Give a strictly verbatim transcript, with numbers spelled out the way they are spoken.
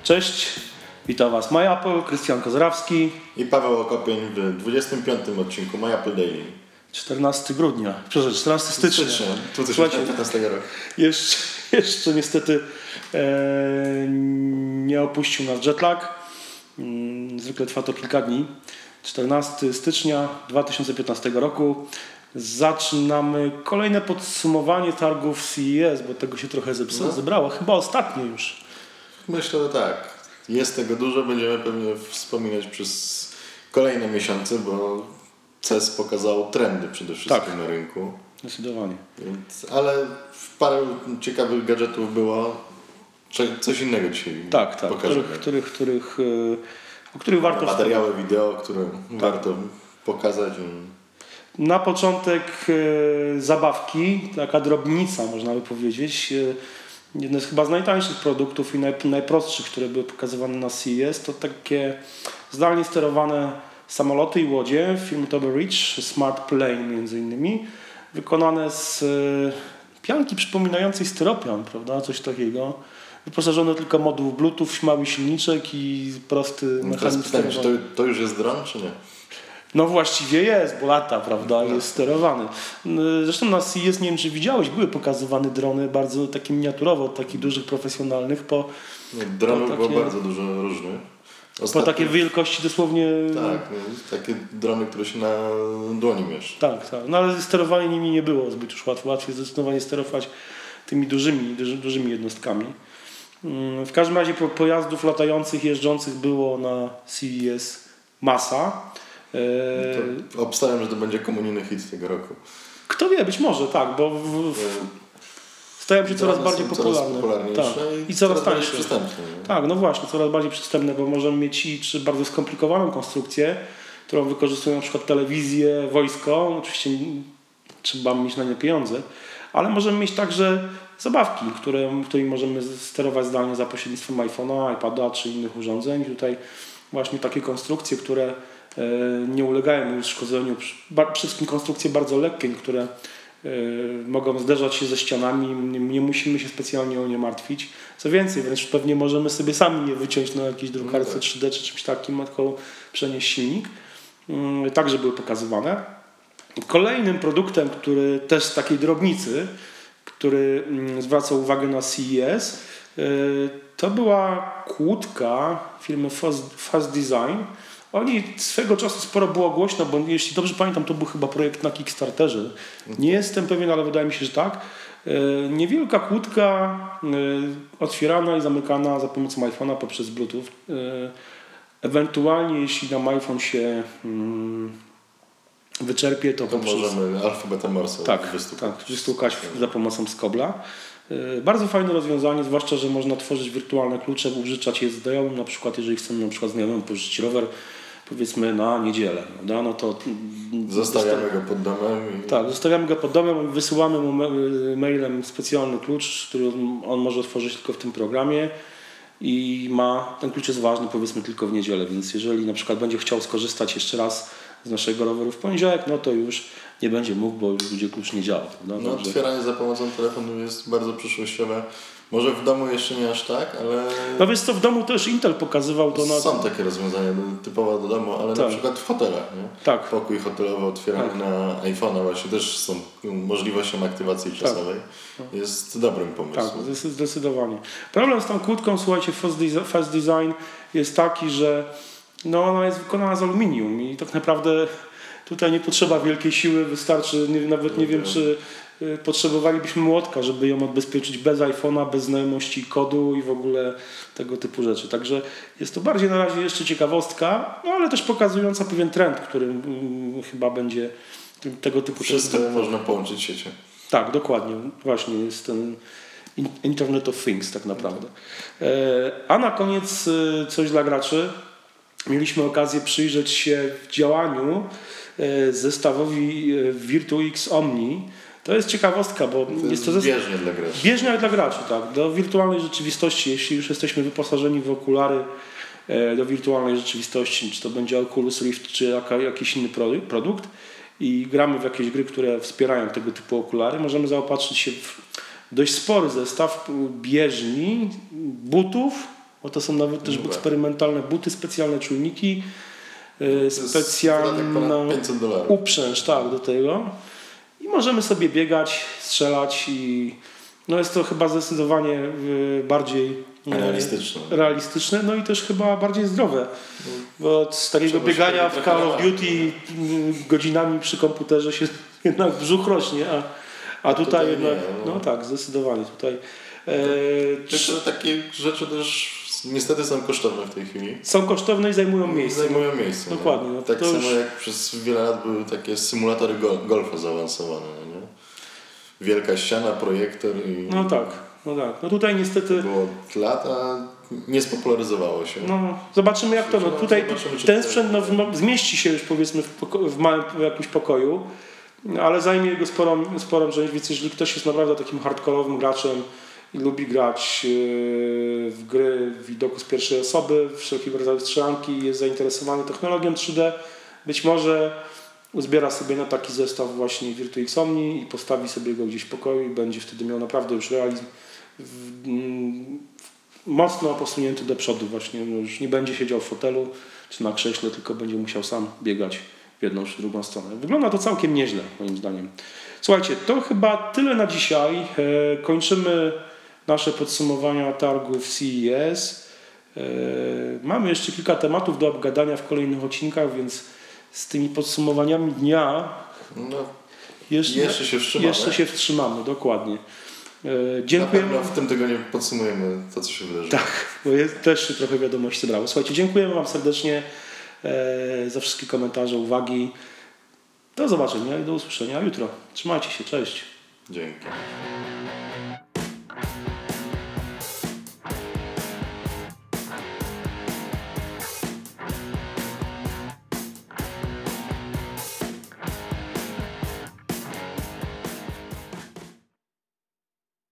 Cześć, witam Was MyApple, Krystian Kozrawski i Paweł Okopień w dwudziestym piątym odcinku MyApple Daily. czternastego grudnia, przepraszam, czternastego stycznia. Stycznia dwa tysiące piętnastego roku. Jeszcze, jeszcze niestety e, nie opuścił nas jetlag. Zwykle trwa to kilka dni. czternastego stycznia dwa tysiące piętnastego roku. Zaczynamy kolejne podsumowanie targów C E S, bo tego się trochę no. zebrało. Chyba ostatnie już. Myślę, że tak. Jest tego dużo, będziemy pewnie wspominać przez kolejne miesiące, bo C E S pokazał trendy przede wszystkim tak, na rynku. Zdecydowanie. Więc, ale parę ciekawych gadżetów było. Coś innego dzisiaj tak, tak, pokażemy. Których, których, których, o których warto Materiały wstawić. Wideo, które tak. warto pokazać. Na początek e, zabawki, taka drobnica można by powiedzieć. E, Jedne z chyba z najtańszych produktów i naj, najprostszych, które były pokazywane na C E S, to takie zdalnie sterowane samoloty i łodzie firmy Tower Ridge, Smart Plane między innymi, wykonane z e, pianki przypominającej styropian, prawda, coś takiego. Wyposażone tylko moduł Bluetooth, mały silniczek i prosty mechanizm sterowania. Czy to, to już jest dron, czy nie? No właściwie jest, bo lata, prawda, jest sterowany. Zresztą na C E S, nie wiem czy widziałeś, były pokazywane drony bardzo takie miniaturowo, od takich dużych, profesjonalnych po... Nie, dronów po takie, było bardzo dużo różnych. Ostatnio, po takie wielkości dosłownie... Tak, no, takie drony, które się na dłoni mieszczą. Tak, tak, no ale sterowanie nimi nie było zbyt już łatwo. Łatwiej zdecydowanie sterować tymi dużymi, duży, dużymi jednostkami. W każdym razie pojazdów latających, jeżdżących było na C E S masa. To obstawiam, że to będzie komunijny hit tego roku. Kto wie, być może tak, bo w, w, stają się coraz bardziej popularne. Tak. I, I coraz, coraz tańsze. Przystępne. Tak, no właśnie, coraz bardziej przystępne, bo możemy mieć i czy bardzo skomplikowaną konstrukcję, którą wykorzystują na przykład telewizję, wojsko, oczywiście trzeba mieć na nie pieniądze, ale możemy mieć także zabawki, które, którymi możemy sterować zdalnie za pośrednictwem iPhone'a, iPada czy innych urządzeń. I tutaj właśnie takie konstrukcje, które nie ulegają uszkodzeniu. Przede wszystkim konstrukcje bardzo lekkie, które mogą zderzać się ze ścianami. Nie musimy się specjalnie o nie martwić. Co więcej, wręcz pewnie możemy sobie sami je wyciąć na jakiejś drukarce trzy D czy czymś takim, tylko przenieść silnik. Także były pokazywane. Kolejnym produktem, który też z takiej drobnicy, który zwraca uwagę na C E S, to była kłódka firmy Fast, Fast Design. Oni swego czasu sporo było głośno, bo jeśli dobrze pamiętam, to był chyba projekt na Kickstarterze. Nie jestem pewien, ale wydaje mi się, że tak. Niewielka kłódka otwierana i zamykana za pomocą iPhone'a poprzez Bluetooth. Ewentualnie jeśli nam iPhone się wyczerpie, to, to poprzez... możemy alfabetem Morse tak, wystukać. Tak, wystukać za pomocą skobla. Bardzo fajne rozwiązanie, zwłaszcza, że można tworzyć wirtualne klucze, użyczać je znajomym, na przykład jeżeli chcemy na przykład znajomym pożyczyć rower, powiedzmy na niedzielę, prawda? No to zostawiamy zosta- go pod domem. I... Tak, zostawiamy go pod domem, wysyłamy mu mailem specjalny klucz, który on może otworzyć tylko w tym programie i ma, ten klucz jest ważny powiedzmy tylko w niedzielę, więc jeżeli na przykład będzie chciał skorzystać jeszcze raz z naszego roweru w poniedziałek, no to już nie będzie mógł, bo już będzie klucz nie działa. No, no otwieranie za pomocą telefonu jest bardzo przyszłościowe. Może w domu jeszcze nie aż tak, ale... No wiesz co, w domu też Intel pokazywał to... Na... Są takie rozwiązania typowo do domu, ale tak. Na przykład w hotelach, nie? Tak. Pokój hotelowy otwierany tak. na iPhone'a właśnie też są możliwością aktywacji czasowej. Tak. Jest dobrym pomysłem. Tak, zdecydowanie. Problem z tą kłódką, słuchajcie, Fast Design jest taki, że no ona jest wykonana z aluminium i tak naprawdę tutaj nie potrzeba wielkiej siły, wystarczy, nie, nawet nie wiem, czy y, potrzebowalibyśmy młotka, żeby ją odbezpieczyć bez iPhone'a, bez znajomości kodu i w ogóle tego typu rzeczy. Także jest to bardziej na razie jeszcze ciekawostka, no ale też pokazująca pewien trend, który y, chyba będzie tego typu... Wszystko trend. Można połączyć siecią. Tak, dokładnie. Właśnie jest ten Internet of Things tak naprawdę. E, a na koniec y, coś dla graczy. Mieliśmy okazję przyjrzeć się w działaniu zestawowi VirtuX Omni. To jest ciekawostka, bo to jest, jest to bieżnia zest... dla graczy. Bieżnia dla graczy, tak. Do wirtualnej rzeczywistości, jeśli już jesteśmy wyposażeni w okulary do wirtualnej rzeczywistości, czy to będzie Oculus Rift, czy jaka, jakiś inny produkt i gramy w jakieś gry, które wspierają tego typu okulary, możemy zaopatrzyć się w dość spory zestaw bieżni, butów bo to są nawet też no eksperymentalne buty, specjalne czujniki, yy, specjalna uprzęż, tak, do tego. I możemy sobie biegać, strzelać i no jest to chyba zdecydowanie yy, bardziej realistyczne. realistyczne, no i też chyba bardziej zdrowe. Bo od takiego Trzeba biegania w Call of Duty godzinami przy komputerze się jednak brzuch rośnie, a, a tutaj, tutaj jednak, nie, no. no tak, zdecydowanie tutaj. E, Tylko takie rzeczy też niestety są kosztowne w tej chwili. Są kosztowne i zajmują miejsce. Zajmują miejsce. Dokładnie. No, tak to samo już... jak przez wiele lat były takie symulatory gol- golfa zaawansowane. No nie? Wielka ściana, projektor i... No tak. No tak, no tutaj niestety... To było lat, a nie spopularyzowało się. No, zobaczymy jak to, no tutaj ten sprzęt no, zmieści się już powiedzmy w, poko- w małym w jakimś pokoju, ale zajmie go sporą, sporą część, więc jeżeli ktoś jest naprawdę takim hardkorowym graczem i lubi grać yy, w gry w widoku z pierwszej osoby, wszelkiego rodzaju strzelanki i jest zainteresowany technologią trzy D, być może uzbiera sobie na taki zestaw właśnie Virtuix Omni i postawi sobie go gdzieś w pokoju i będzie wtedy miał naprawdę już realizm w, w, mocno posunięty do przodu właśnie, no już nie będzie siedział w fotelu czy na krześle, tylko będzie musiał sam biegać w jedną czy drugą stronę. Wygląda to całkiem nieźle moim zdaniem. Słuchajcie, to chyba tyle na dzisiaj. E, kończymy nasze podsumowania targów C E S. E, mamy jeszcze kilka tematów do obgadania w kolejnych odcinkach, więc z tymi podsumowaniami dnia no, jeszcze, jeszcze się wstrzymamy. Jeszcze się wstrzymamy, dokładnie. Dziękujemy. Na pewno w tym tygodniu podsumujemy to, co się wydarzyło. Tak, bo jest, też się trochę wiadomości zebrało. Słuchajcie, dziękujemy Wam serdecznie e, za wszystkie komentarze, uwagi. Do zobaczenia i do usłyszenia jutro. Trzymajcie się, cześć. Dzięki.